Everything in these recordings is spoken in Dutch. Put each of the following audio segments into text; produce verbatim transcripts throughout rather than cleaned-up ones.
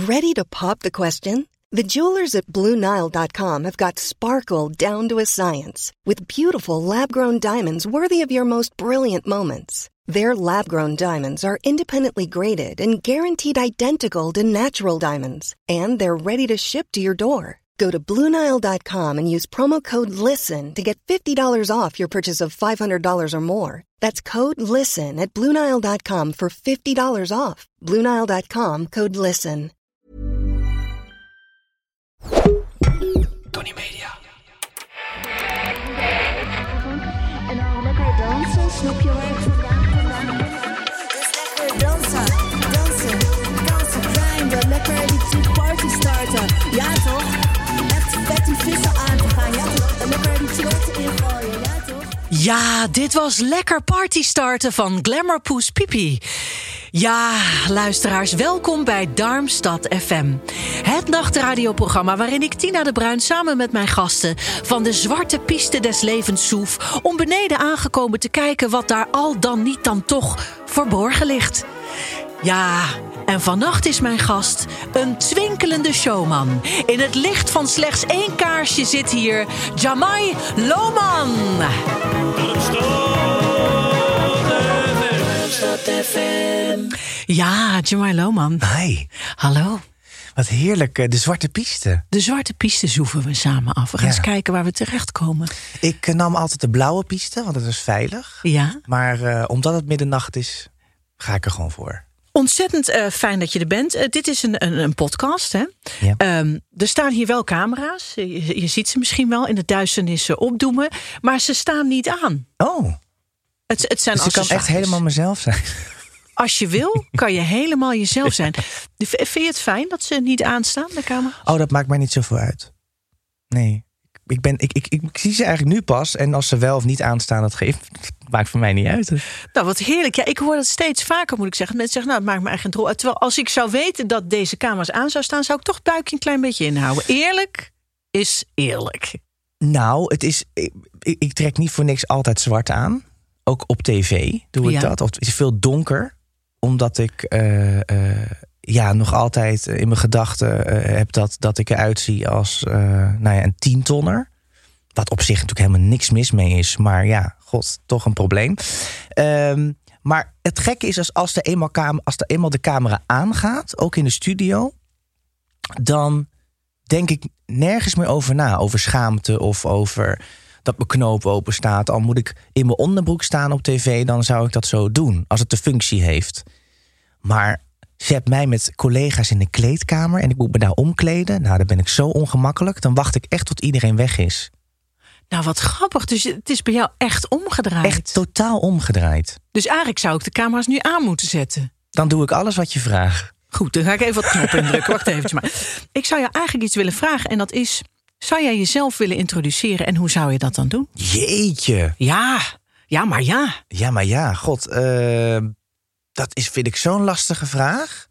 Ready to pop the question? The jewelers at Blue Nile dot com have got sparkle down to a science with beautiful lab-grown diamonds worthy of your most brilliant moments. Their lab-grown diamonds are independently graded and guaranteed identical to natural diamonds, and they're ready to ship to your door. Go to Blue Nile dot com and use promo code LISTEN to get fifty dollars off your purchase of five hundred dollars or more. That's code LISTEN at Blue Nile dot com for fifty dollars off. Blue Nile dot com, code LISTEN. Tony Media. En dan lekker dansen, snap je waar ik vandaan vandaan. Dus lekker dansen, dansen, dansen, grinden, lekker die party starten. Ja toch? Echt vet die vissen aan te gaan, ja toch? En lekker die sloten ingooien, ja toch? Ja, dit was lekker party starten van Glamourpoes Pipi. Ja, luisteraars, welkom bij Darmstad F M. Het nachtradioprogramma waarin ik, Tina de Bruin, samen met mijn gasten van de zwarte piste des levens zoef om beneden aangekomen te kijken wat daar al dan niet dan toch verborgen ligt. Ja, en vannacht is mijn gast een twinkelende showman. In het licht van slechts één kaarsje zit hier Jamai Lohman. Ja, Jamai Lohman. Hi. Hallo. Wat heerlijk, de zwarte piste. De zwarte piste zoeven we samen af. We gaan Ja. eens kijken waar we terechtkomen. Ik nam altijd de blauwe piste, want dat is veilig. Ja. Maar uh, omdat het middernacht is, ga ik er gewoon voor. Ontzettend uh, fijn dat je er bent. Uh, dit is een, een, een podcast, hè? Ja. Um, er staan hier wel camera's. Je, je ziet ze misschien wel in de duisternis uh, opdoemen. Maar ze staan niet aan. Oh, Het, het zijn dus ik kan echt helemaal mezelf zijn. Als je wil, kan je helemaal jezelf zijn. V- Vind je het fijn dat ze niet aanstaan, de camera's? Oh, dat maakt mij niet zoveel uit. Nee, ik, ben, ik, ik, ik, ik zie ze eigenlijk nu pas. En als ze wel of niet aanstaan, dat geeft, maakt voor mij niet uit. Nou, wat heerlijk. Ja, ik hoor dat steeds vaker, moet ik zeggen. Mensen zeggen, nou, het maakt me eigenlijk geen drol uit. Terwijl als ik zou weten dat deze camera's aan zou staan, zou ik toch het buikje een klein beetje inhouden. Eerlijk is eerlijk. Nou, het is, ik, ik, ik trek niet voor niks altijd zwart aan. Ook op tv doe ik Ja. dat. Of het is veel donker. Omdat ik uh, uh, ja, nog altijd in mijn gedachten uh, heb dat, dat ik eruit zie als uh, nou ja, een tientonner. Wat op zich natuurlijk helemaal niks mis mee is. Maar ja, god, toch een probleem. Um, maar het gekke is, als, als, er eenmaal kam- als er eenmaal de camera aangaat, ook in de studio, dan denk ik nergens meer over na. Over schaamte of over dat mijn knoop open staat. Al moet ik in mijn onderbroek staan op tv, dan zou ik dat zo doen. Als het de functie heeft. Maar zet mij met collega's in de kleedkamer en ik moet me daar omkleden. Nou, dan ben ik zo ongemakkelijk. Dan wacht ik echt tot iedereen weg is. Nou, wat grappig. Dus het is bij jou echt omgedraaid. Echt totaal omgedraaid. Dus eigenlijk zou ik de camera's nu aan moeten zetten. Dan doe ik alles wat je vraagt. Goed, dan ga ik even wat knoppen indrukken. Wacht eventjes maar. Ik zou jou eigenlijk iets willen vragen. En dat is, zou jij jezelf willen introduceren? En hoe zou je dat dan doen? Jeetje. Ja, ja, maar ja. Ja, maar ja, god. Uh, dat is, vind ik zo'n lastige vraag.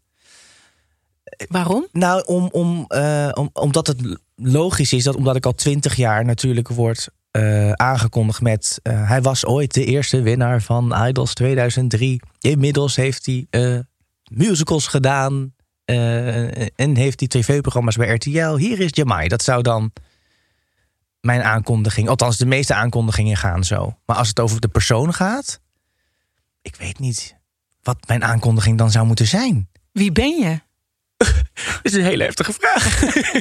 Waarom? Nou, om, om, uh, om, omdat het logisch is dat omdat ik al twintig jaar natuurlijk word uh, aangekondigd met Uh, hij was ooit de eerste winnaar van Idols tweeduizend drie. Inmiddels heeft hij uh, musicals gedaan uh, en heeft hij tv-programma's bij R T L. Hier is Jamai. Dat zou dan mijn aankondiging, althans de meeste aankondigingen gaan zo. Maar als het over de persoon gaat, ik weet niet wat mijn aankondiging dan zou moeten zijn. Wie ben je? Dat is een hele heftige vraag.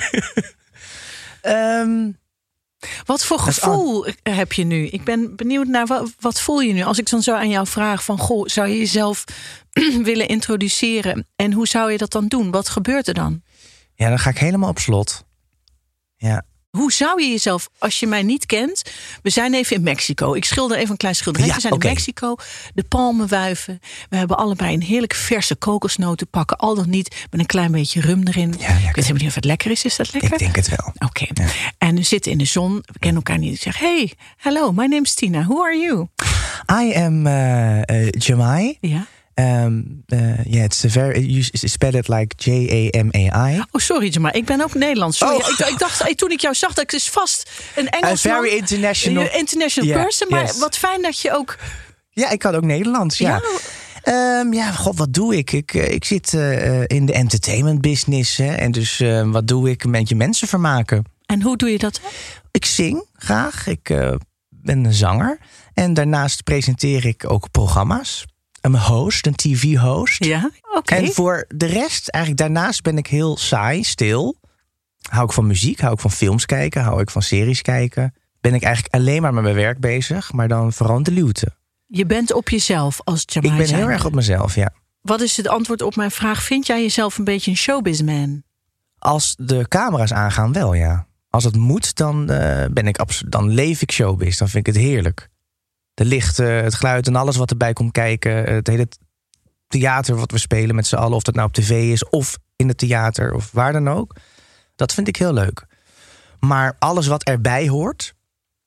um, wat voor gevoel heb je nu? Ik ben benieuwd naar wat, wat voel je nu? Als ik dan zo aan jou vraag van, goh, zou je jezelf willen introduceren? En hoe zou je dat dan doen? Wat gebeurt er dan? Ja, dan ga ik helemaal op slot. Ja. Hoe zou je jezelf, als je mij niet kent... We zijn even in Mexico. Ik schilder even een klein schilderij. Ja, we zijn okay. in Mexico. De palmen wuiven. We hebben allebei een heerlijke verse kokosnoten pakken. Al dan niet met een klein beetje rum erin. Ja, ja, ik weet helemaal niet of het lekker is. Is dat lekker? Ik denk het wel. Oké. Okay. Ja. En we zitten in de zon. We kennen elkaar niet. Ik zeg, hey, hello, my name is Tina. Who are you? I am uh, uh, Jamai. Ja. Um, uh, yeah, it's a very, you spell it like J A M A I. Oh, sorry, Jamai. Ik ben ook Nederlands. Sorry. Oh. Ik, ik dacht, hey, toen ik jou zag, dat ik is vast een Engelsman. A very international. International yeah, person. Maar yes. wat fijn dat je ook... Ja, ik kan ook Nederlands, ja. Um, ja, god, wat doe ik? Ik, ik zit uh, in de entertainment business. Hè, en dus uh, wat doe ik? Een beetje mensen vermaken. En hoe doe je dat? Ik zing graag. Ik uh, ben een zanger. En daarnaast presenteer ik ook programma's. Een host, een T V-host. Ja, oké. Okay. En voor de rest, eigenlijk daarnaast ben ik heel saai, stil. Hou ik van muziek, hou ik van films kijken, hou ik van series kijken. Ben ik eigenlijk alleen maar met mijn werk bezig, maar dan vooral de luwte. Je bent op jezelf als Jamai. Ik ben heel erg op mezelf, ja. Wat is het antwoord op mijn vraag? Vind jij jezelf een beetje een showbizman? Als de camera's aangaan, wel, ja. Als het moet, dan, uh, ben ik abso- dan leef ik showbiz. Dan vind ik het heerlijk. De lichten, het geluid en alles wat erbij komt kijken. Het hele theater wat we spelen met z'n allen. Of dat nou op tv is of in het theater of waar dan ook. Dat vind ik heel leuk. Maar alles wat erbij hoort.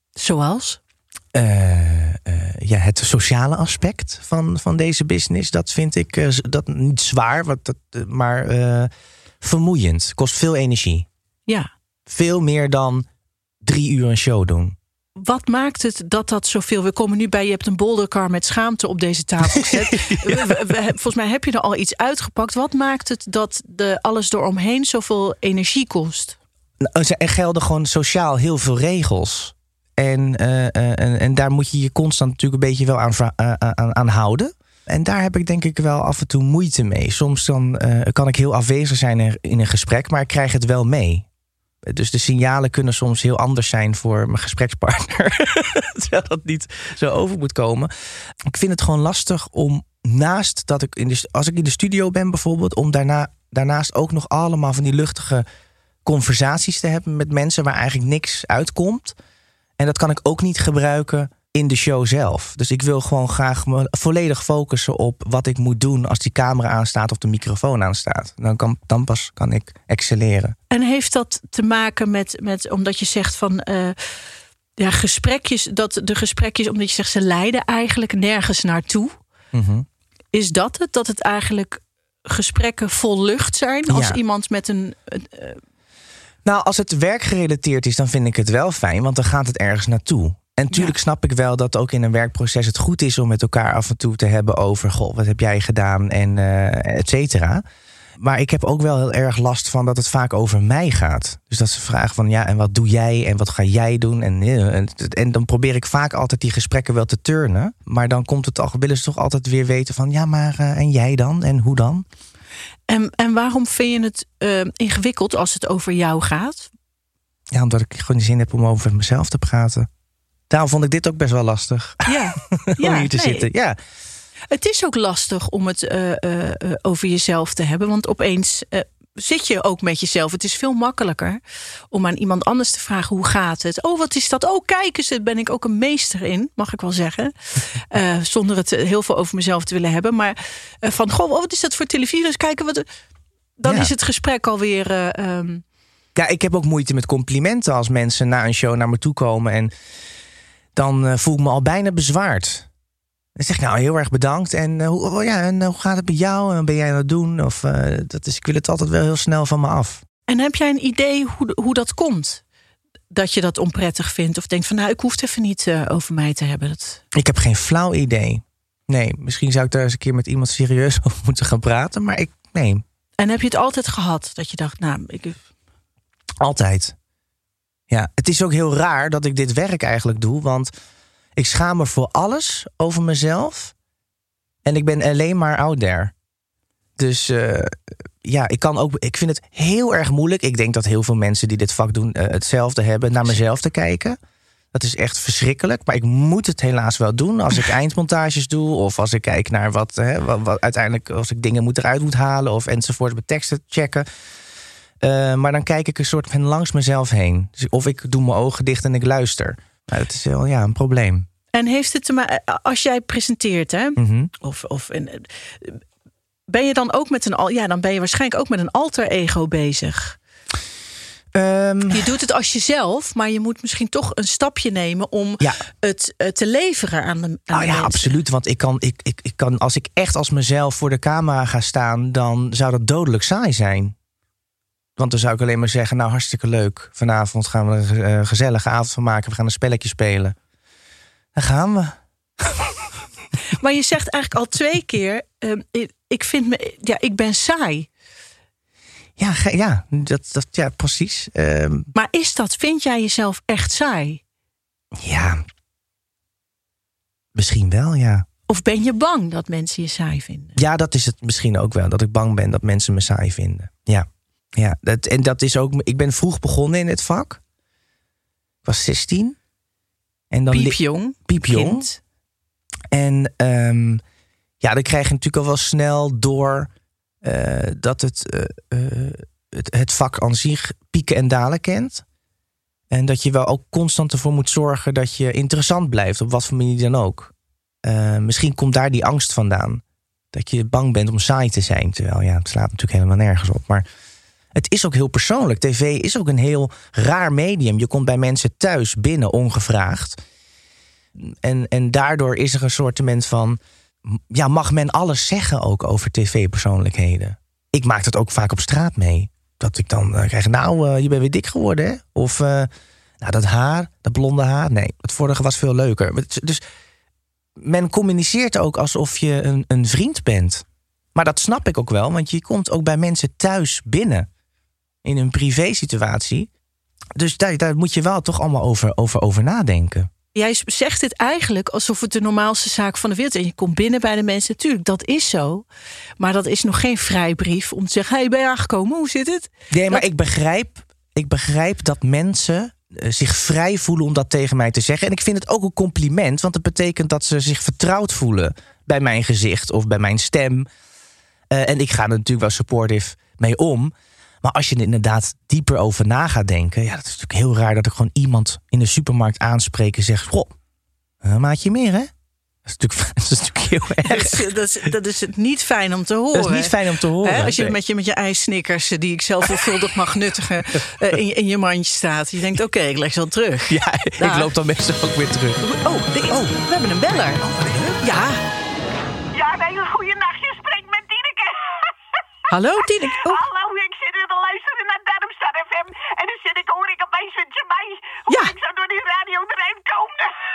Zoals? Uh, uh, ja, het sociale aspect van, van deze business. Dat vind ik uh, dat niet zwaar, wat dat, uh, maar uh, vermoeiend. Kost veel energie. Ja. Veel meer dan drie uur een show doen. Wat maakt het dat dat zoveel... We komen nu bij, je hebt een bolderkar met schaamte op deze tafel gezet. ja. we, we, volgens mij heb je er al iets uitgepakt. Wat maakt het dat de alles eromheen zoveel energie kost? Er gelden gewoon sociaal heel veel regels. En, uh, uh, en, en daar moet je je constant natuurlijk een beetje wel aan, uh, aan, aan houden. En daar heb ik denk ik wel af en toe moeite mee. Soms dan uh, kan ik heel afwezig zijn in, in een gesprek, maar ik krijg het wel mee. Dus de signalen kunnen soms heel anders zijn voor mijn gesprekspartner. Terwijl dat niet zo over moet komen. Ik vind het gewoon lastig om naast dat ik in de, als ik in de studio ben bijvoorbeeld, om daarna, daarnaast ook nog allemaal van die luchtige conversaties te hebben met mensen waar eigenlijk niks uitkomt. En dat kan ik ook niet gebruiken in de show zelf. Dus ik wil gewoon graag me volledig focussen op wat ik moet doen als die camera aanstaat of de microfoon aanstaat. Dan, kan, dan pas kan ik excelleren. En heeft dat te maken met, met omdat je zegt van uh, ja, gesprekjes, dat de gesprekjes, omdat je zegt ze leiden eigenlijk nergens naartoe. Mm-hmm. Is dat het? Dat het eigenlijk gesprekken vol lucht zijn als ja. iemand met een. Uh, Nou, als het werkgerelateerd is, dan vind ik het wel fijn, want dan gaat het ergens naartoe. En natuurlijk ja. snap ik wel dat ook in een werkproces het goed is om met elkaar af en toe te hebben over, goh, wat heb jij gedaan en uh, et cetera. Maar ik heb ook wel heel erg last van dat het vaak over mij gaat. Dus dat ze vragen van, ja, en wat doe jij en wat ga jij doen? En, en, en dan probeer ik vaak altijd die gesprekken wel te turnen. Maar dan komt het al, willen ze toch altijd weer weten van, ja, maar uh, en jij dan? En hoe dan? En, en waarom vind je het uh, ingewikkeld als het over jou gaat? Ja, omdat ik gewoon zin heb om over mezelf te praten. Daarom vond ik dit ook best wel lastig. Ja, om ja, hier te nee. zitten. Ja. Het is ook lastig om het uh, uh, over jezelf te hebben. Want opeens uh, zit je ook met jezelf. Het is veel makkelijker om aan iemand anders te vragen, hoe gaat het? Oh, wat is dat? Oh, kijk eens, daar ben ik ook een meester in, mag ik wel zeggen. Uh, zonder het heel veel over mezelf te willen hebben. Maar uh, van, goh, wat is dat voor televisie? Dus kijken wat. Dan ja. is het gesprek alweer. Uh, um... Ja, ik heb ook moeite met complimenten als mensen na een show naar me toe komen. En dan uh, voel ik me al bijna bezwaard. Dan zeg ik, nou, heel erg bedankt. En, uh, hoe, oh ja, en uh, hoe gaat het met jou? En wat ben jij aan het doen? Of, uh, dat is, ik wil het altijd wel heel snel van me af. En heb jij een idee hoe, hoe dat komt? Dat je dat onprettig vindt? Of denkt van, nou, ik hoef het even niet uh, over mij te hebben. Dat... Ik heb geen flauw idee. Nee, misschien zou ik daar eens een keer met iemand serieus over moeten gaan praten. Maar ik, nee. En heb je het altijd gehad? Dat je dacht, nou, ik... Altijd. Ja, het is ook heel raar dat ik dit werk eigenlijk doe. Want ik schaam me voor alles over mezelf. En ik ben alleen maar out there. Dus uh, ja, ik kan ook. Ik vind het heel erg moeilijk. Ik denk dat heel veel mensen die dit vak doen uh, hetzelfde hebben, naar mezelf te kijken. Dat is echt verschrikkelijk. Maar ik moet het helaas wel doen als ik eindmontages doe. Of als ik kijk naar wat, hè, wat, wat uiteindelijk, als ik dingen moet eruit moet halen. Of enzovoort, met teksten checken. Uh, maar dan kijk ik een soort van langs mezelf heen. Dus of ik doe mijn ogen dicht en ik luister. Nou, dat is wel ja, een probleem. En heeft het te maken, als jij presenteert, hè? Mm-hmm. Of, of en, ben je dan ook met een al, ja, dan ben je waarschijnlijk ook met een alter ego bezig. Um, je doet het als jezelf, maar je moet misschien toch een stapje nemen om ja. het uh, te leveren aan de, aan nou, de ja, mensen. Absoluut. Want ik kan, ik, ik, ik kan, als ik echt als mezelf voor de camera ga staan, dan zou dat dodelijk saai zijn. Want dan zou ik alleen maar zeggen, nou, hartstikke leuk. Vanavond gaan we er een gezellige avond van maken. We gaan een spelletje spelen. Dan gaan we. Maar je zegt eigenlijk al twee keer, uh, ik, ik vind me, ja, ik ben saai. Ja, ge- ja, dat, dat, ja precies. Um, maar is dat, vind jij jezelf echt saai? Ja, misschien wel, ja. Of ben je bang dat mensen je saai vinden? Ja, dat is het misschien ook wel. Dat ik bang ben dat mensen me saai vinden. Ja, ja dat, en dat is ook. Ik ben vroeg begonnen in het vak. Ik was zestien. En dan piepjong. Piepjong. Kind. En um, ja, dan krijg je natuurlijk al wel snel door uh, dat het, uh, uh, het, het vak aan zich pieken en dalen kent. En dat je wel ook constant ervoor moet zorgen dat je interessant blijft, op wat voor manier dan ook. Uh, misschien komt daar die angst vandaan. Dat je bang bent om saai te zijn. Terwijl ja, het slaat natuurlijk helemaal nergens op. Maar het is ook heel persoonlijk. T V is ook een heel raar medium. Je komt bij mensen thuis binnen ongevraagd. En, en daardoor is er een soortement van... ja, mag men alles zeggen ook over tv-persoonlijkheden? Ik maak dat ook vaak op straat mee. Dat ik dan uh, krijg, nou, uh, je bent weer dik geworden, hè? Of, uh, nou, dat haar, dat blonde haar. Nee, het vorige was veel leuker. Dus men communiceert ook alsof je een, een vriend bent. Maar dat snap ik ook wel, want je komt ook bij mensen thuis binnen. In een privé-situatie. Dus daar, daar moet je wel toch allemaal over, over, over nadenken. Jij zegt het eigenlijk alsof het de normaalste zaak van de wereld is. En je komt binnen bij de mensen. Tuurlijk, dat is zo. Maar dat is nog geen vrijbrief om te zeggen... hey, ben je aangekomen? Hoe zit het? Nee, maar dat... ik, begrijp, ik begrijp dat mensen zich vrij voelen om dat tegen mij te zeggen. En ik vind het ook een compliment. Want het betekent dat ze zich vertrouwd voelen... bij mijn gezicht of bij mijn stem. Uh, en ik ga er natuurlijk wel supportive mee om... Maar als je er inderdaad dieper over na gaat denken... ja, dat is natuurlijk heel raar dat ik gewoon iemand in de supermarkt aanspreek en zeg... goh, een maatje meer, hè? Dat is natuurlijk, dat is natuurlijk heel erg. Dat is, dat, is, dat is het niet fijn om te horen. Dat is niet fijn om te horen. Hè? Als je nee. met je, met je ijssnickers, die ik zelf veelvuldig mag nuttigen... uh, in, in je mandje staat. Je denkt, oké, okay, ik leg ze al terug. Ja, Daar. ik loop dan meestal ook weer terug. Oh, de, oh we hebben een beller. Oh, ja. Ja, een hele goede nacht. Je spreekt met Tineke. Hallo, Tineke. Oh. Hallo, ik zit weer te luisteren naar Darmstad F M. En dan zit ik, hoor ik opeens met Jamai. Hoe Ja. ik zo door die radio erin kom.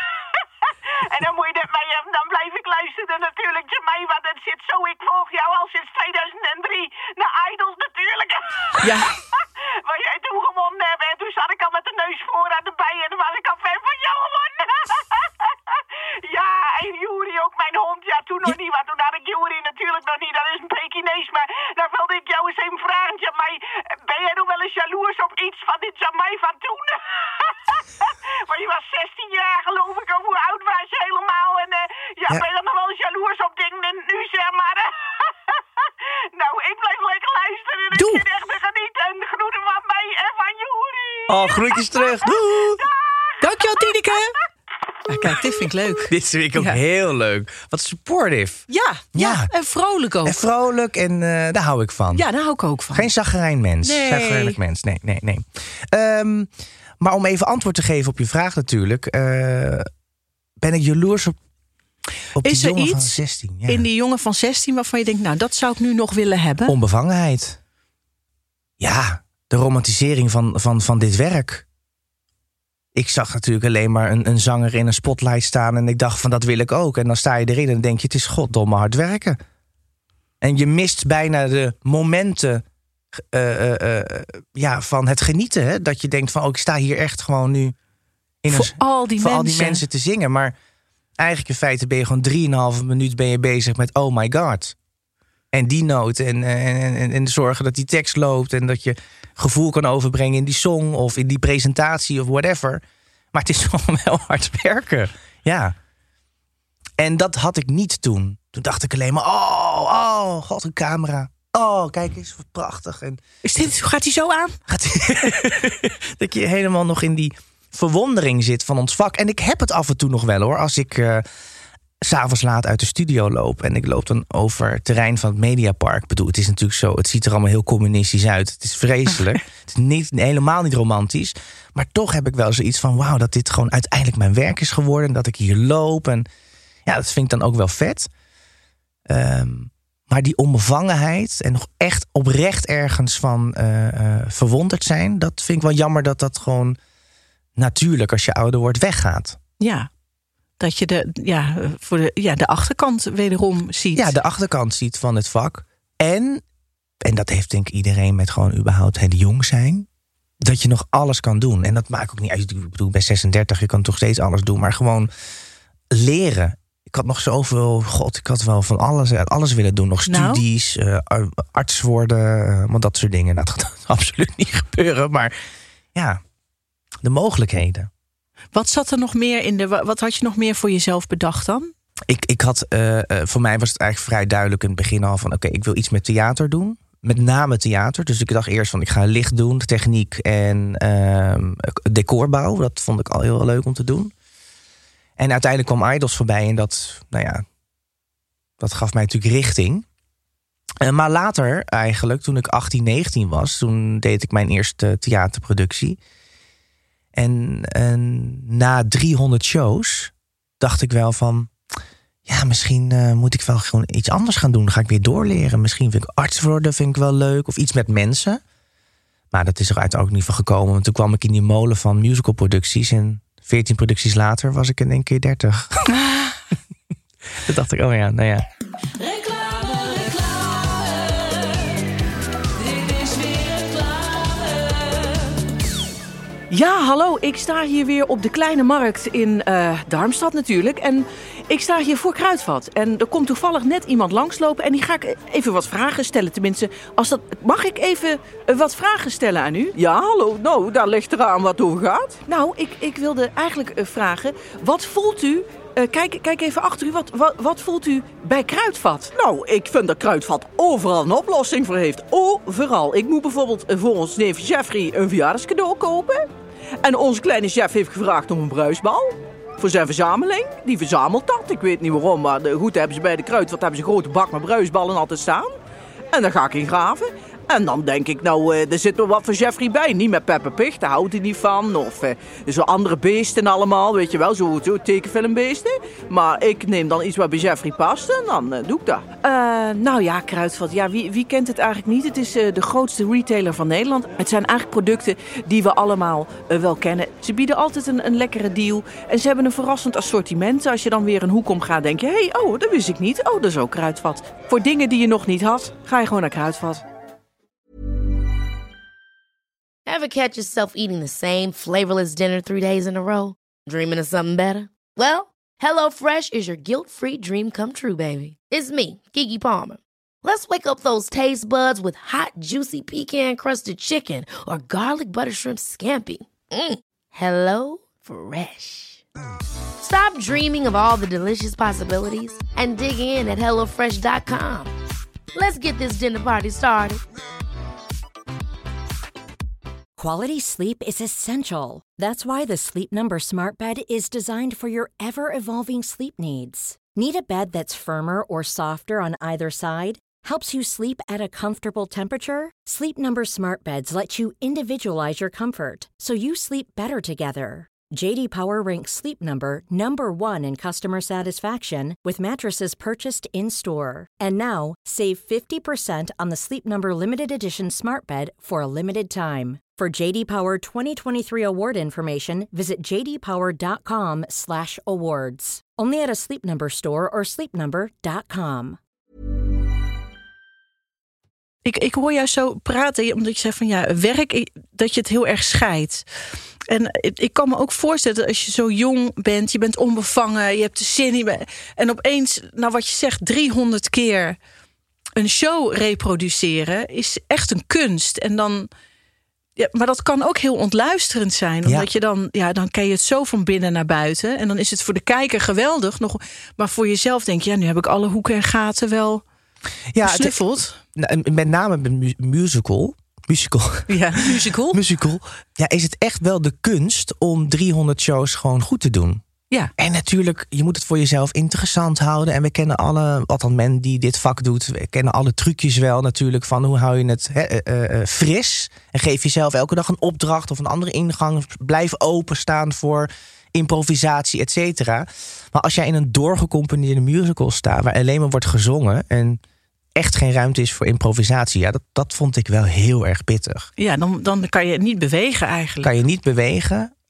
En dan moet je dat mee hebben. Dan blijf ik luisteren natuurlijk, Jamai. Want het zit zo, ik volg jou al sinds tweeduizend drie. Naar Idols natuurlijk. Ja. Waar jij toen gewonnen hebt. En toen zat ik al met de neus vooraan erbij. En dan was ik al fan van jou gewonnen. Ja, en Juri ook, mijn hond. Ja, toen nog niet. Want toen had ik Juri natuurlijk nog niet. Dat is een Pekinees. Maar dan wilde ik jou eens even vragen, Jamai. Ben jij nog wel eens jaloers op iets van dit Jamai van toen? Maar je was zestien jaar, geloof ik. Of hoe oud was je helemaal? En uh, ja, ja, ben je dan nog wel eens jaloers op dingen nu, zeg maar? Nou, ik blijf lekker luisteren. En Doe. ik zit echt te genieten. En groeten van mij en van Juri. Oh, groetjes terug. Doei. Dankjewel, Tineke. Ja, kijk, dit vind ik leuk. Dit vind ik ook Ja. heel leuk. Wat supportive. Ja, ja, Ja. en vrolijk ook. En vrolijk en uh, daar hou ik van. Ja, daar hou ik ook van. Geen zagrijn mens. Nee. Zagrijnig mens. Nee, nee, nee. Um, maar om even antwoord te geven op je vraag natuurlijk. Uh, ben ik jaloers op, op Is die er jongen van iets zestien? Ja. in die jongen van zestien waarvan je denkt... nou, dat zou ik nu nog willen hebben? Onbevangenheid. Ja, de romantisering van, van, van dit werk. Ik zag natuurlijk alleen maar een, een zanger in een spotlight staan... en ik dacht van dat wil ik ook. En dan sta je erin en dan denk je, het is goddomme hard werken. En je mist bijna de momenten uh, uh, uh, ja, van het genieten. Hè? Dat je denkt van, oh, ik sta hier echt gewoon nu... In voor een, al die voor mensen. al die mensen te zingen. Maar eigenlijk in feite ben je gewoon drieënhalve minuut ben je bezig met oh my god. En die noot en, en, en, en zorgen dat die tekst loopt... en dat je gevoel kan overbrengen in die song... of in die presentatie of whatever. Maar het is gewoon wel hard werken. Ja. En dat had ik niet toen. Toen dacht ik alleen maar... oh, oh, god, een camera. Oh, kijk eens, wat prachtig. En Is dit, gaat hij zo aan? gaat dat je helemaal nog in die verwondering zit van ons vak. En ik heb het af en toe nog wel, hoor. Als ik... Uh, 's avonds laat uit de studio loop. En ik loop dan over het terrein van het Mediapark. Ik bedoel, het is natuurlijk zo... het ziet er allemaal heel communistisch uit. Het is vreselijk. Het is niet, helemaal niet romantisch. Maar toch heb ik wel zoiets van... wauw, dat dit gewoon uiteindelijk mijn werk is geworden. Dat ik hier loop. En ja, dat vind ik dan ook wel vet. Um, maar die onbevangenheid... en nog echt oprecht ergens van uh, uh, verwonderd zijn... dat vind ik wel jammer dat dat gewoon... natuurlijk als je ouder wordt weggaat. Ja. Dat je de, ja, voor de, ja, de achterkant wederom ziet. Ja, de achterkant ziet van het vak. En, en dat heeft denk ik iedereen met gewoon überhaupt het jong zijn. Dat je nog alles kan doen. En dat maakt ook niet uit. Ik bedoel, bij zesendertig, je kan toch steeds alles doen. Maar gewoon leren. Ik had nog zoveel, god, ik had wel van alles, alles willen doen. Nog studies, nou? uh, arts worden, uh, want dat soort dingen. Dat gaat absoluut niet gebeuren. Maar ja, de mogelijkheden. Wat zat er nog meer in de, wat had je nog meer voor jezelf bedacht dan? Ik, ik had, uh, uh, voor mij was het eigenlijk vrij duidelijk in het begin al van, oké, okay, ik wil iets met theater doen. Met name theater. Dus ik dacht eerst van, ik ga licht doen, techniek en uh, decorbouw. Dat vond ik al heel leuk om te doen. En uiteindelijk kwam Idols voorbij en dat, nou ja, dat gaf mij natuurlijk richting. Uh, maar later eigenlijk, toen ik achttien, negentien was, toen deed ik mijn eerste theaterproductie. En, en na driehonderd shows dacht ik wel van, ja, misschien uh, moet ik wel gewoon iets anders gaan doen. Dan ga ik weer doorleren. Misschien vind ik arts worden, vind ik wel leuk. Of iets met mensen. Maar dat is er uiteindelijk ook niet van gekomen. Want toen kwam ik in die molen van musicalproducties. En veertien producties later was ik in één keer dertig. Toen dacht ik, oh ja, nou ja. Reclame, reclame. Dit is weer reclame. Ja, hallo, ik sta hier weer op de Kleine Markt in uh, Darmstad natuurlijk. En ik sta hier voor Kruidvat. En er komt toevallig net iemand langslopen. En die ga ik even wat vragen stellen. Tenminste, als dat, mag ik even uh, wat vragen stellen aan u? Ja, hallo. Nou, daar ligt eraan wat over gaat. Nou, ik, ik wilde eigenlijk uh, vragen, wat voelt u... Uh, kijk, kijk even achter u, wat, wat, wat voelt u bij Kruidvat? Nou, ik vind dat Kruidvat overal een oplossing voor heeft. Overal. Ik moet bijvoorbeeld voor ons neef Jeffrey een verjaardagscadeau kopen. En onze kleine chef heeft gevraagd om een bruisbal. Voor zijn verzameling. Die verzamelt dat. Ik weet niet waarom, maar goed, hebben ze bij de Kruidvat hebben ze een grote bak met bruisballen altijd staan. En daar ga ik in graven. En dan denk ik, nou, uh, er zit wel wat voor Jeffrey bij. Niet met Peppa Pig, daar houdt hij niet van. Of uh, zo andere beesten allemaal, weet je wel. Zo, zo tekenfilmbeesten. Maar ik neem dan iets wat bij Jeffrey past en dan uh, doe ik dat. Uh, nou ja, Kruidvat. Ja, wie, wie kent het eigenlijk niet? Het is uh, de grootste retailer van Nederland. Het zijn eigenlijk producten die we allemaal uh, wel kennen. Ze bieden altijd een, een lekkere deal. En ze hebben een verrassend assortiment. Als je dan weer een hoek om gaat, denk je... hé, hey, oh, dat wist ik niet. Oh, dat is ook Kruidvat. Voor dingen die je nog niet had, ga je gewoon naar Kruidvat. Ever catch yourself eating the same flavorless dinner three days in a row? Dreaming of something better? Well, HelloFresh is your guilt-free dream come true, baby. It's me, Keke Palmer. Let's wake up those taste buds with hot, juicy pecan-crusted chicken or garlic butter shrimp scampi. Mm. Hello Fresh. Stop dreaming of all the delicious possibilities and dig in at hello fresh dot com. Let's get this dinner party started. Quality sleep is essential. That's why the Sleep Number Smart Bed is designed for your ever-evolving sleep needs. Need a bed that's firmer or softer on either side? Helps you sleep at a comfortable temperature? Sleep Number Smart Beds let you individualize your comfort, so you sleep better together. J D Power ranks Sleep Number number one in customer satisfaction with mattresses purchased in-store. And now, save fifty percent on the Sleep Number Limited Edition Smart Bed for a limited time. For J D Power twenty twenty-three award information, visit j d power dot com slash awards. Only at a Sleep Number store or sleep number dot com. Ik, ik hoor jou zo praten, omdat je zegt van ja, werk, dat je het heel erg scheidt. En ik kan me ook voorstellen dat als je zo jong bent, je bent onbevangen, je hebt de zin in. En opeens, nou wat je zegt, driehonderd keer een show reproduceren is echt een kunst. En dan, ja, maar dat kan ook heel ontluisterend zijn. Omdat ja. je dan, ja, dan ken je het zo van binnen naar buiten. En dan is het voor de kijker geweldig. Nog, maar voor jezelf denk je, ja, nu heb ik alle hoeken en gaten wel ja, gesnuffeld. Het, met name met musical. Musical. Ja, musical. musical. Ja, is het echt wel de kunst om driehonderd shows gewoon goed te doen. Ja. En natuurlijk, je moet het voor jezelf interessant houden. En we kennen alle, althans men die dit vak doet, we kennen alle trucjes wel natuurlijk van hoe hou je het he, uh, uh, fris. En geef jezelf elke dag een opdracht of een andere ingang. Blijf openstaan voor improvisatie, et cetera. Maar als jij in een doorgecomponeerde musical staat waar alleen maar wordt gezongen en echt geen ruimte is voor improvisatie, ja, dat, dat vond ik wel heel erg pittig. Ja, dan, dan kan je niet bewegen eigenlijk. Kan je niet bewegen.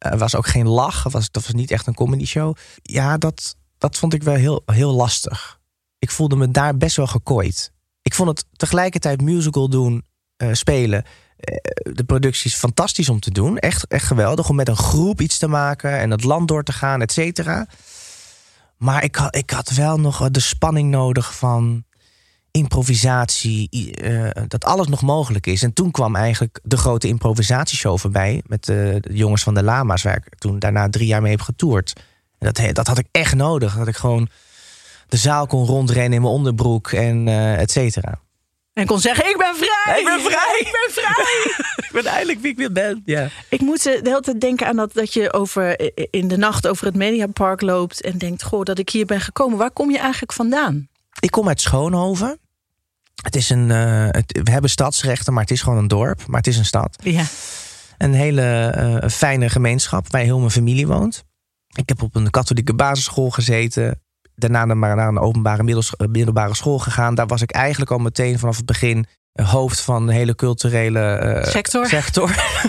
Er was ook geen lach. Het was, dat was niet echt een comedy show. Ja, dat, dat vond ik wel heel, heel lastig. Ik voelde me daar best wel gekooid. Ik vond het tegelijkertijd musical doen, uh, spelen. Uh, de productie is fantastisch om te doen. Echt, echt geweldig om met een groep iets te maken en het land door te gaan, et cetera. Maar ik had, ik had wel nog de spanning nodig van improvisatie, uh, dat alles nog mogelijk is. En toen kwam eigenlijk de grote improvisatieshow voorbij met de, de jongens van de Lama's, waar ik toen daarna drie jaar mee heb getoerd. En dat, dat had ik echt nodig, dat ik gewoon de zaal kon rondrennen in mijn onderbroek en uh, et cetera. En kon zeggen, ik ben vrij! Ik ben vrij! Ik ben vrij! Ik ben eindelijk wie ik weer ben. Ja. Ik moet de hele tijd denken aan dat, dat je over, in de nacht over het Mediapark loopt en denkt, goh, dat ik hier ben gekomen. Waar kom je eigenlijk vandaan? Ik kom uit Schoonhoven. Het is een, uh, het, we hebben stadsrechten, maar het is gewoon een dorp. Maar het is een stad. Ja. Een hele uh, fijne gemeenschap waar heel mijn familie woont. Ik heb op een katholieke basisschool gezeten. Daarna maar naar een openbare middels, middelbare school gegaan. Daar was ik eigenlijk al meteen vanaf het begin hoofd van de hele culturele uh, sector. sector.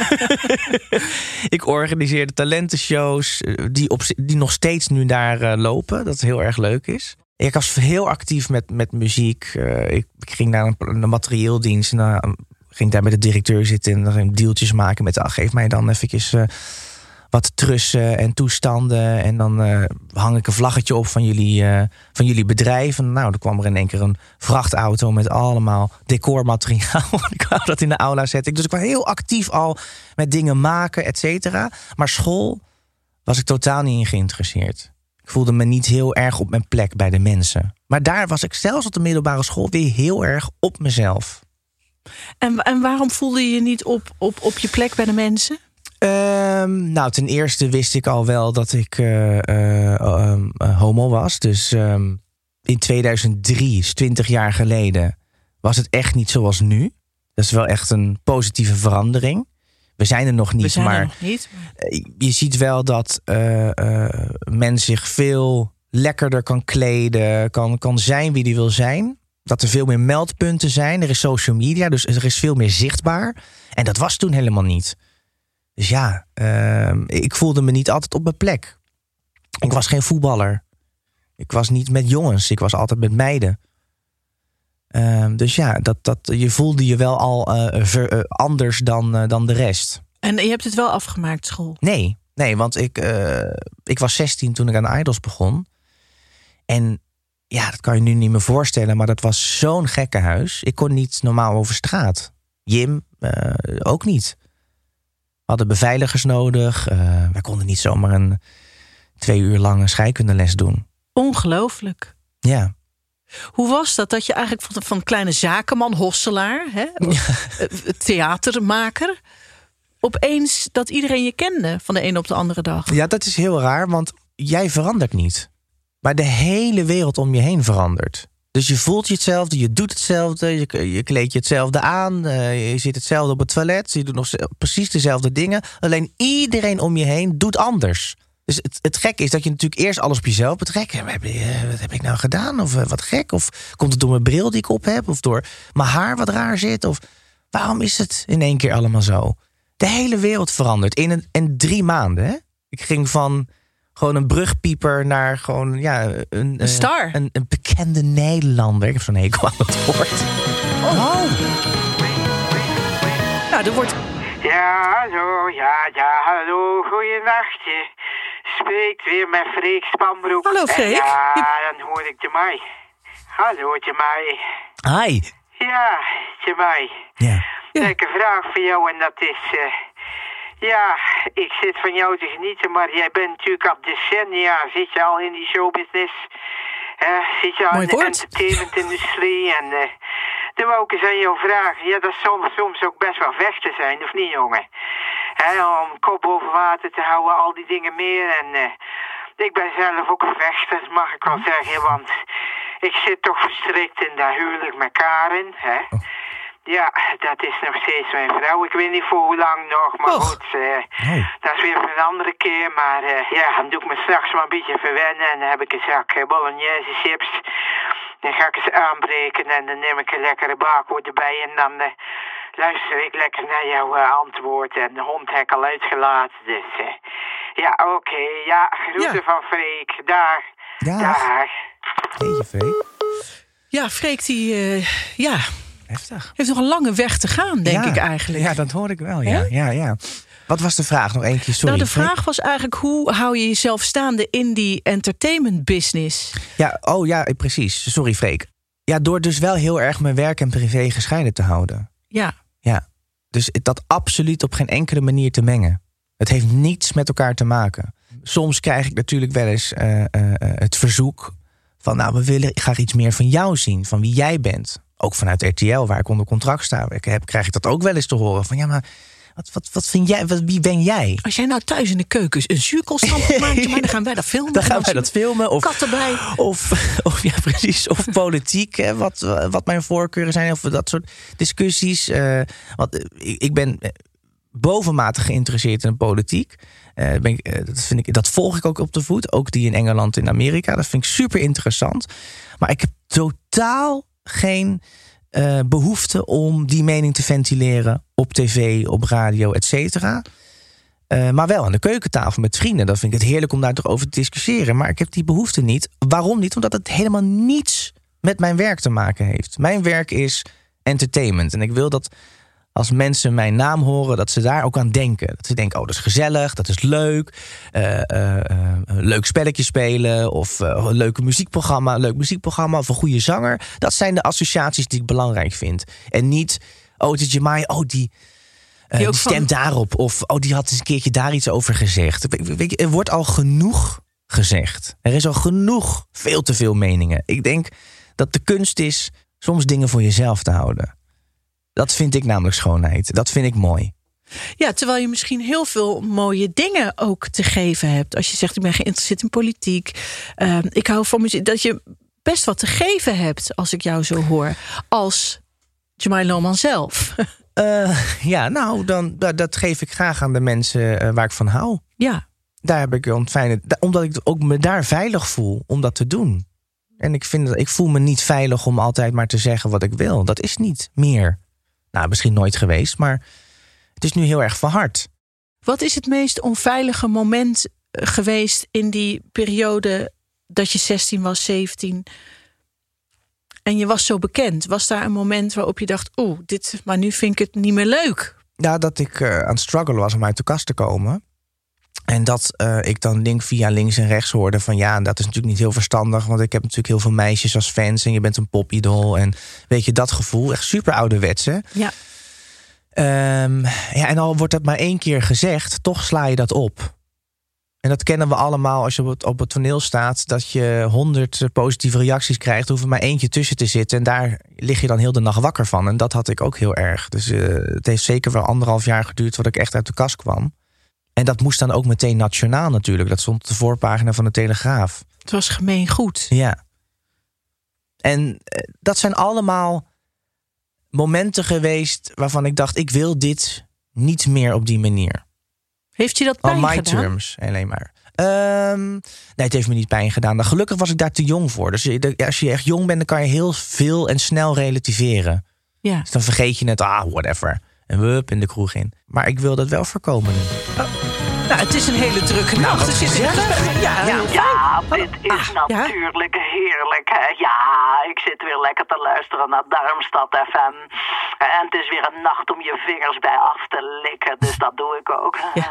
Ik organiseerde talentenshows die, op, die nog steeds nu daar uh, lopen. Dat heel erg leuk is. Ik was heel actief met, met muziek. Uh, ik, ik ging naar een, een materieeldienst. En dan ging daar met de directeur zitten en dan deeltjes maken met, ah, geef mij dan eventjes uh, wat trussen en toestanden. En dan uh, hang ik een vlaggetje op van jullie, uh, van jullie bedrijf. En nou, dan kwam er in één keer een vrachtauto met allemaal decormateriaal. Ik wou dat in de aula zetten. Dus ik was heel actief al met dingen maken, et cetera. Maar school was ik totaal niet in geïnteresseerd. Ik voelde me niet heel erg op mijn plek bij de mensen. Maar daar was ik zelfs op de middelbare school weer heel erg op mezelf. En, en waarom voelde je je niet op, op, op je plek bij de mensen? Um, nou, ten eerste wist ik al wel dat ik uh, uh, um, uh, homo was. Dus um, in tweeduizend drie, twintig jaar geleden, was het echt niet zoals nu. Dat is wel echt een positieve verandering. We zijn er nog niet, We zijn maar er nog niet. je ziet wel dat uh, uh, men zich veel lekkerder kan kleden, kan, kan zijn wie die wil zijn. Dat er veel meer meldpunten zijn. Er is social media, dus er is veel meer zichtbaar. En dat was toen helemaal niet. Dus ja, uh, ik voelde me niet altijd op mijn plek. Ik was geen voetballer. Ik was niet met jongens. Ik was altijd met meiden. Uh, dus ja, dat, dat, je voelde je wel al uh, ver, uh, anders dan, uh, dan de rest. En je hebt het wel afgemaakt, school? Nee, nee, want ik, uh, ik was zestien toen ik aan Idols begon. En ja, dat kan je nu niet meer voorstellen, maar dat was zo'n gekkenhuis. Ik kon niet normaal over straat. Jim uh, ook niet. We hadden beveiligers nodig. Uh, wij konden niet zomaar een twee uur lange scheikundeles doen. Ongelooflijk. Ja. Hoe was dat, dat je eigenlijk van, van kleine zakenman, hosselaar, hè, ja. theatermaker, opeens dat iedereen je kende van de ene op de andere dag? Ja, dat is heel raar, want jij verandert niet. Maar de hele wereld om je heen verandert. Dus je voelt je hetzelfde, je doet hetzelfde, je, je kleed je hetzelfde aan, uh, je zit hetzelfde op het toilet, je doet nog precies dezelfde dingen. Alleen iedereen om je heen doet anders. Dus het, het gekke is dat je natuurlijk eerst alles op jezelf betrekt. Wat heb, wat heb ik nou gedaan? Of uh, wat gek? Of komt het door mijn bril die ik op heb? Of door mijn haar wat raar zit? Of waarom is het in één keer allemaal zo? De hele wereld verandert in, een, in drie maanden. Hè? Ik ging van gewoon een brugpieper naar gewoon ja, een, een star. Uh, een, een bekende Nederlander. Ik heb zo'n hekel aan het woord. Oh. oh. Nou, er wordt... Ja, hallo, ja, ja, hallo, goeienacht. Spreekt weer met Freek Spanbroek. Hallo, Freek. En ja, dan hoor ik Jamai. Hallo, Jamai. Hi. Ja, Jamai. Ja. Yeah. Ik heb een vraag voor jou en dat is... Uh, ja, ik zit van jou te genieten, maar jij bent natuurlijk al decennia. Zit je al in die showbusiness? Uh, zit je al in de entertainmentindustrie? En uh, dan wou ik eens aan jou vragen. Ja, dat zal soms ook best wel vechten zijn, of niet, jongen? He, om kop boven water te houden, al die dingen meer. En uh, ik ben zelf ook een vechter, mag ik wel zeggen. Want ik zit toch verstrikt in dat huwelijk met Karen. Hè? Oh. Ja, dat is nog steeds mijn vrouw. Ik weet niet voor hoe lang nog, maar Och. goed. Uh, oh. Dat is weer voor een andere keer. Maar uh, ja, dan doe ik me straks maar een beetje verwennen. En dan heb ik een zak uh, bolognese chips. Dan ga ik eens aanbreken en dan neem ik een lekkere baakwoord erbij. En dan uh, luister ik lekker naar jouw uh, antwoord en de hond heb ik al uitgelaten. Dus uh, ja, oké. Okay, ja, groeten ja. van Freek. Daar. Ja. Daar. Jeetje, Freek. Ja, Freek die, uh, ja... Heftig. Heeft nog een lange weg te gaan, denk ja. ik eigenlijk. Ja, dat hoor ik wel, ja. ja, ja. Wat was de vraag nog één keer? Sorry. Nou, de vraag was eigenlijk, hoe hou je jezelf staande in die entertainment business? Ja, oh ja, precies. Sorry, Freek. Ja, door dus wel heel erg mijn werk en privé gescheiden te houden. Ja. Ja. Dus dat absoluut op geen enkele manier te mengen. Het heeft niets met elkaar te maken. Soms krijg ik natuurlijk wel eens uh, uh, het verzoek van, nou, we willen graag iets meer van jou zien, van wie jij bent. Ook vanuit R T L, waar ik onder contract sta, ik heb, krijg ik dat ook wel eens te horen. Van ja, maar wat, wat, wat vind jij, wat, wie ben jij? Als jij nou thuis in de keuken een zuurkoolstand maakt, dan gaan wij dat filmen. Dan gaan wij dat filmen. Of kat erbij. Of, of ja, precies. Of politiek, hè, wat, wat mijn voorkeuren zijn. Of dat soort discussies. Uh, wat, ik, ik ben bovenmatig geïnteresseerd in de politiek. Uh, ben ik, uh, dat, vind ik, dat volg ik ook op de voet. Ook die in Engeland en Amerika. Dat vind ik super interessant. Maar ik heb totaal geen uh, behoefte om die mening te ventileren op tv, op radio, et cetera. Uh, maar wel aan de keukentafel met vrienden. Dan vind ik het heerlijk om daar toch over te discussiëren. Maar ik heb die behoefte niet. Waarom niet? Omdat het helemaal niets met mijn werk te maken heeft. Mijn werk is entertainment. En ik wil dat als mensen mijn naam horen, dat ze daar ook aan denken. Dat ze denken, oh, dat is gezellig, dat is leuk. Uh, uh, uh, een leuk spelletje spelen. Of uh, een leuke muziekprogramma. Een leuk muziekprogramma of een goede zanger. Dat zijn de associaties die ik belangrijk vind. En niet, oh, het is Jemai, oh, die... Uh, die, die stemt van... daarop. Of oh, die had eens een keertje daar iets over gezegd. Weet je, er wordt al genoeg gezegd. Er is al genoeg, veel te veel meningen. Ik denk dat de kunst is soms dingen voor jezelf te houden. Dat vind ik namelijk schoonheid. Dat vind ik mooi. Ja, terwijl je misschien heel veel mooie dingen ook te geven hebt. Als je zegt, ik ben geïnteresseerd in politiek. Uh, ik hou van muziek. Dat je best wat te geven hebt, als ik jou zo hoor. Als Jemai Lohman zelf. Uh, ja, nou, dan, dat geef ik graag aan de mensen uh, waar ik van hou. Ja. Daar heb ik een fijne... Omdat ik ook me daar veilig voel om dat te doen. En ik, vind dat, ik voel me niet veilig om altijd maar te zeggen wat ik wil. Dat is niet meer. Nou, misschien nooit geweest, maar het is nu heel erg verhard. Wat is het meest onveilige moment geweest in die periode dat je zestien was, zeventien... en je was zo bekend? Was daar een moment waarop je dacht, oeh, dit, maar nu vind ik het niet meer leuk? Ja, dat ik uh, aan het struggelen was om uit de kast te komen. En dat uh, ik dan denk via links en rechts hoorde van ja, dat is natuurlijk niet heel verstandig, want ik heb natuurlijk heel veel meisjes als fans en je bent een popidol en weet je, dat gevoel, echt super ouderwets, hè? Ja. Um, ja, en al wordt dat maar één keer gezegd, toch sla je dat op. En dat kennen we allemaal als je op het, op het toneel staat, dat je honderd positieve reacties krijgt, hoeft er maar eentje tussen te zitten en daar lig je dan heel de nacht wakker van. En dat had ik ook heel erg. Dus uh, het heeft zeker wel anderhalf jaar geduurd voordat ik echt uit de kast kwam. En dat moest dan ook meteen nationaal natuurlijk. Dat stond op de voorpagina van de Telegraaf. Het was gemeen goed. Ja. En uh, dat zijn allemaal momenten geweest waarvan ik dacht, ik wil dit niet meer op die manier. Heeft je dat pijn gedaan? On my gedaan? terms, alleen maar. Um, nee, het heeft me niet pijn gedaan. Nou, gelukkig was ik daar te jong voor. Dus als je echt jong bent, dan kan je heel veel en snel relativeren. Ja. Dus dan vergeet je het, ah, whatever. En wup, in de kroeg in. Maar ik wil dat wel voorkomen nu. Oh. Nou, het is een hele drukke nou, nacht. Dus ja, ja, ja, ja, dit is ah, natuurlijk ja? heerlijk. Hè? Ja, ik zit weer lekker te luisteren naar Darmstad F M. En het is weer een nacht om je vingers bij af te likken. Dus dat doe ik ook. Ja.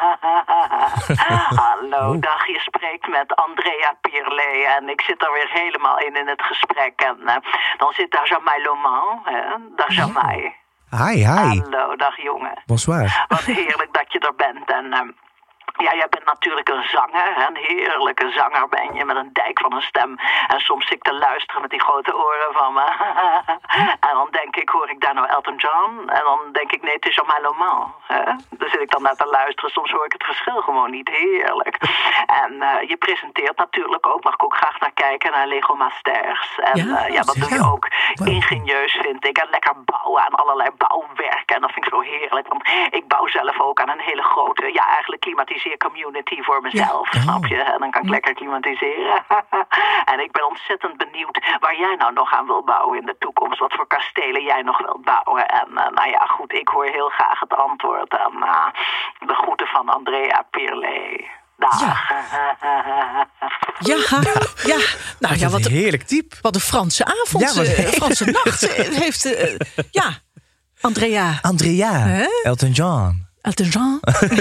Hallo, dag. Je spreekt met Andrea Pierle. En ik zit er weer helemaal in in het gesprek. En uh, dan zit daar Jemai Lohman. Dag Jemai. Hi, hi. Hallo, dag jongen. Bonsoir. Wat heerlijk dat je er bent. En uh, ja, jij bent natuurlijk een zanger. Hè? Een heerlijke zanger ben je met een dijk van een stem. En soms zit ik te luisteren met die grote oren van me. En dan denk ik, hoor ik daar nou Elton John? En dan denk ik, nee, het is Jemai Lohman. Daar zit ik dan naar te luisteren. Soms hoor ik het verschil gewoon niet. Heerlijk. En uh, je presenteert natuurlijk ook, mag ik ook graag naar kijken, naar Lego Masters. En ja, uh, ja dat doe je ook ingenieus, vind ik. En lekker bouwen aan allerlei bouwwerken. En dat vind ik zo heerlijk. Want ik bouw zelf ook aan een hele grote, ja, eigenlijk klimatisering meer community voor mezelf, Ja. snap je? En dan kan ik lekker klimatiseren. En ik ben ontzettend benieuwd waar jij nou nog aan wil bouwen in de toekomst. Wat voor kastelen jij nog wilt bouwen. En uh, nou ja, goed, ik hoor heel graag het antwoord. En uh, de groeten van Andrea Pirle. Dag. Ja. Ja, ja. Nou ja, Wat wat een heerlijk type. Wat een Franse avond, Ja, wat eh, heerlijk. Franse nacht eh, heeft. eh, ja, Andrea. Andrea, Hè? Elton John. Elton John.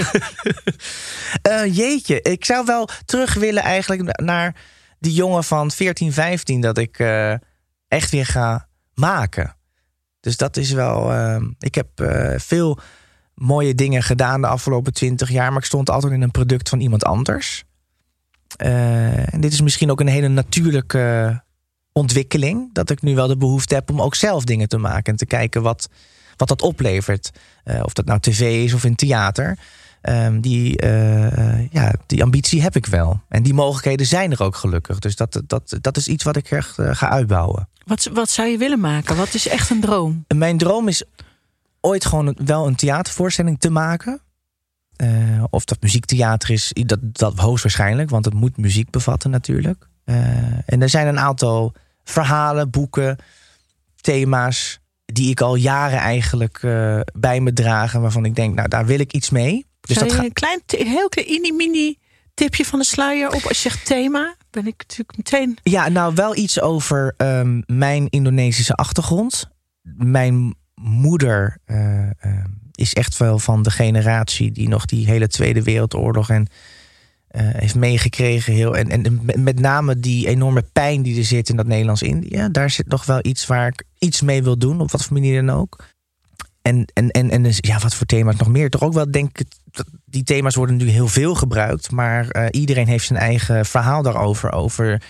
Uh, jeetje, ik zou wel terug willen eigenlijk naar die jongen van veertien, vijftien... dat ik uh, echt weer ga maken. Dus dat is wel... Uh, ik heb uh, veel mooie dingen gedaan de afgelopen twintig jaar... maar ik stond altijd in een product van iemand anders. Uh, en dit is misschien ook een hele natuurlijke ontwikkeling... dat ik nu wel de behoefte heb om ook zelf dingen te maken... en te kijken wat, wat dat oplevert. Uh, of dat nou tv is of in theater... Um, die, uh, ja, die ambitie heb ik wel. En die mogelijkheden zijn er ook gelukkig. Dus dat, dat, dat is iets wat ik echt uh, ga uitbouwen. Wat, wat zou je willen maken? Wat is echt een droom? Mijn droom is ooit gewoon een, wel een theatervoorstelling te maken. Uh, of dat muziektheater is, dat, dat hoogstwaarschijnlijk. Want het moet muziek bevatten natuurlijk. Uh, en er zijn een aantal verhalen, boeken, thema's... die ik al jaren eigenlijk uh, bij me draag. Waarvan ik denk, nou daar wil ik iets mee. Dus Zou dat je ga... een klein, heel klein mini tipje van de sluier op als je zegt thema? Ben ik natuurlijk meteen... Ja, nou wel iets over um, mijn Indonesische achtergrond. Mijn moeder uh, uh, is echt wel van de generatie die nog die hele Tweede Wereldoorlog en uh, heeft meegekregen. Heel, en, en met name die enorme pijn die er zit in dat Nederlands-Indië. Daar zit nog wel iets waar ik iets mee wil doen, op wat voor manier dan ook. En, en, en, en dus, ja, wat voor thema's nog meer? Toch ook wel, denk ik, die thema's worden nu heel veel gebruikt. Maar uh, iedereen heeft zijn eigen verhaal daarover. Over uh,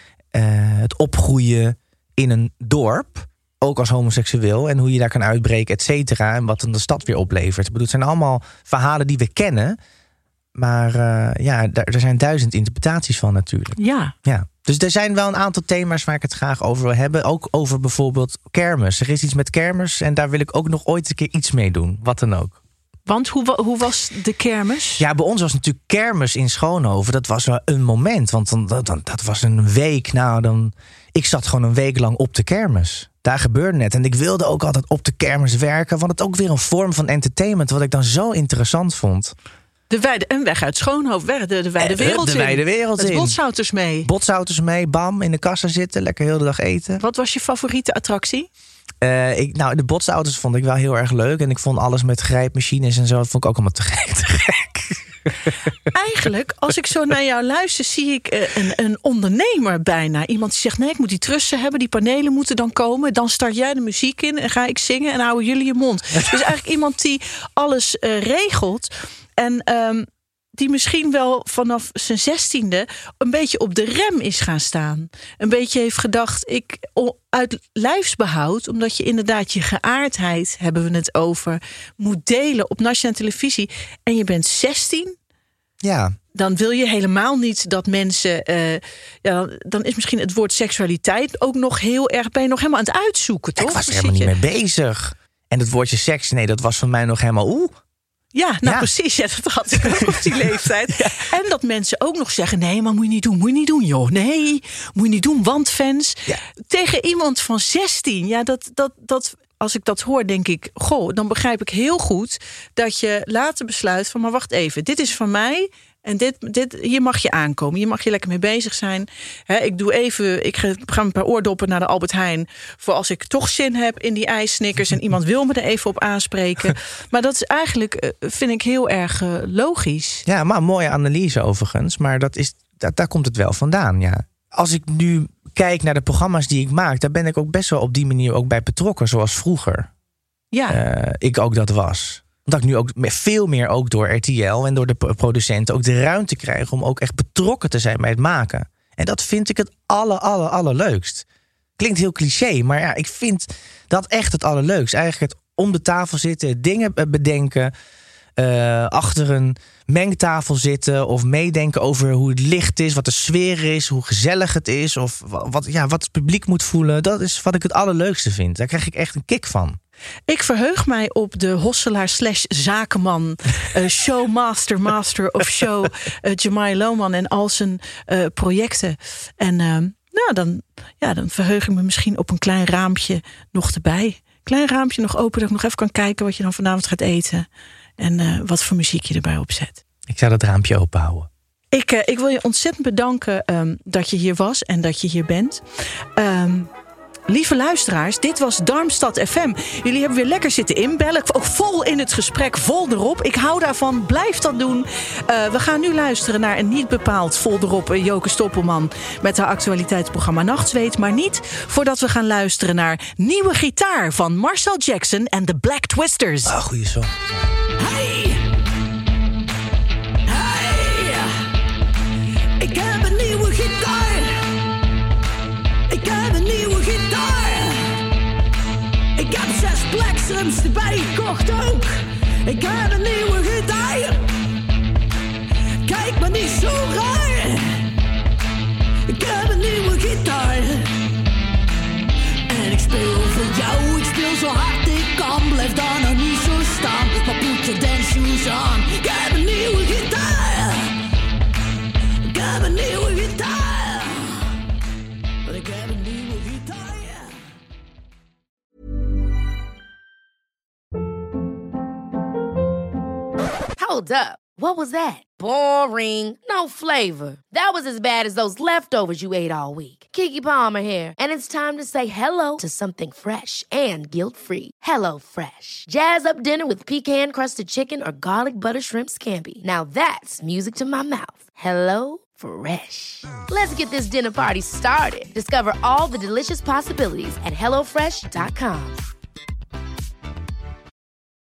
het opgroeien in een dorp. Ook als homoseksueel. En hoe je daar kan uitbreken, et cetera. En wat dan de stad weer oplevert. Ik bedoel, het zijn allemaal verhalen die we kennen. Maar uh, ja, daar, er zijn duizend interpretaties van natuurlijk. Ja. Ja. Dus er zijn wel een aantal thema's waar ik het graag over wil hebben. Ook over bijvoorbeeld kermis. Er is iets met kermis en daar wil ik ook nog ooit een keer iets mee doen. Wat dan ook. Want hoe, hoe was de kermis? Ja, bij ons was natuurlijk kermis in Schoonhoven. Dat was wel een moment. Want dan, dan, dat was een week. Nou, dan, ik zat gewoon een week lang op de kermis. Daar gebeurde het. En ik wilde ook altijd op de kermis werken. Want het ook weer een vorm van entertainment. Wat ik dan zo interessant vond. De wijde, een weg uit Schoonhoofd, weg de, de wijde wereld de in. wijde wereld Met in. botsauto's mee. Botsauto's mee, bam, in de kassa zitten. Lekker heel de dag eten. Wat was je favoriete attractie? Uh, ik, nou, de botsauto's vond ik wel heel erg leuk. En ik vond alles met grijpmachines en zo, dat vond ik ook allemaal te gek. Te gek. Eigenlijk, als ik zo naar jou luister, zie ik een, een ondernemer bijna. Iemand die zegt, nee, ik moet die trussen hebben. Die panelen moeten dan komen. Dan start jij de muziek in en ga ik zingen en houden jullie je mond. Dus eigenlijk iemand die alles uh, regelt. En um, die misschien wel vanaf zijn zestiende een beetje op de rem is gaan staan. Een beetje heeft gedacht, ik uit lijfsbehoud, omdat je inderdaad je geaardheid, hebben we het over, moet delen op nationale televisie. En je bent zestien. Ja. Dan wil je helemaal niet dat mensen... Uh, ja, dan is misschien het woord seksualiteit ook nog heel erg... ben je nog helemaal aan het uitzoeken, toch? Ik was er Dan helemaal zit niet je... mee bezig. En het woordje seks, nee, dat was voor mij nog helemaal oeh. Ja, nou Ja. precies. Ja, dat had ik ook op die leeftijd. Ja. En dat mensen ook nog zeggen... nee, maar moet je niet doen, moet je niet doen, joh. Nee, moet je niet doen, want fans. Ja. Tegen iemand van zestien, ja, dat... dat, dat als ik dat hoor, denk ik, goh, dan begrijp ik heel goed dat je later besluit van, maar wacht even, dit is van mij en dit, dit, hier mag je aankomen. Hier mag je lekker mee bezig zijn. He, ik doe even, ik ga, ga een paar oordoppen naar de Albert Heijn voor als ik toch zin heb in die ijssnickers en iemand wil me er even op aanspreken. Maar dat is eigenlijk, vind ik, heel erg uh, logisch. Ja, maar een mooie analyse overigens, maar dat is, dat, daar komt het wel vandaan, ja. Als ik nu kijk naar de programma's die ik maak, daar ben ik ook best wel op die manier ook bij betrokken, zoals vroeger. Ja. Uh, ik ook dat was. Omdat ik nu ook veel meer ook door R T L en door de producenten ook de ruimte krijg om ook echt betrokken te zijn bij het maken. En dat vind ik het aller, aller, allerleukst. Klinkt heel cliché, maar ja, ik vind dat echt het allerleukst. Eigenlijk het om de tafel zitten, dingen bedenken, uh, achter een mengtafel zitten of meedenken over hoe het licht is, wat de sfeer is, hoe gezellig het is of wat, ja, wat het publiek moet voelen. Dat is wat ik het allerleukste vind. Daar krijg ik echt een kick van. Ik verheug mij op de hosselaar slash zakenman, uh, showmaster, master of show, uh, Jamai Lohman en al zijn uh, projecten. En uh, nou, dan, ja, dan verheug ik me misschien op een klein raampje nog erbij. Klein raampje nog open, dat ik nog even kan kijken wat je dan vanavond gaat eten. En uh, wat voor muziek je erbij opzet. Ik zou dat raampje open houden. Ik, uh, ik wil je ontzettend bedanken um, dat je hier was en dat je hier bent. Um, Lieve luisteraars, dit was Darmstad F M. Jullie hebben weer lekker zitten inbellen. Ook vol in het gesprek, vol erop. Ik hou daarvan, blijf dat doen. Uh, we gaan nu luisteren naar een niet bepaald vol erop uh, Joke Stoppelman met haar actualiteitsprogramma Nachtzweet. Maar niet voordat we gaan luisteren naar Nieuwe Gitaar van Marcel Jackson en de Black Twisters. Ah, goeie song. Hey! Hey! Ik heb een nieuwe gitaar. Ik heb een nieuwe gitaar. Ik heb zes Blackstrums erbij gekocht ook. Ik heb een nieuwe gitaar. Kijk maar niet zo raar. Ik heb een nieuwe gitaar. En ik speel voor jou, ik speel zo hard ik kan. Blijf daar nog niet zo staan, maar put je dance shoes aan. Ik heb een nieuwe gitaar. Ik heb een nieuwe gitaar. Ik heb een nieuwe gitaar, yeah. Hold up. What was that? Boring. No flavor. That was as bad as those leftovers you ate all week. Keke Palmer here, and it's time to say hello to something fresh and guilt-free. Hello Fresh. Jazz up dinner with pecan-crusted chicken or garlic butter shrimp scampi. Now that's music to my mouth. Hello Fresh. Let's get this dinner party started. Discover all the delicious possibilities at hello fresh dot com.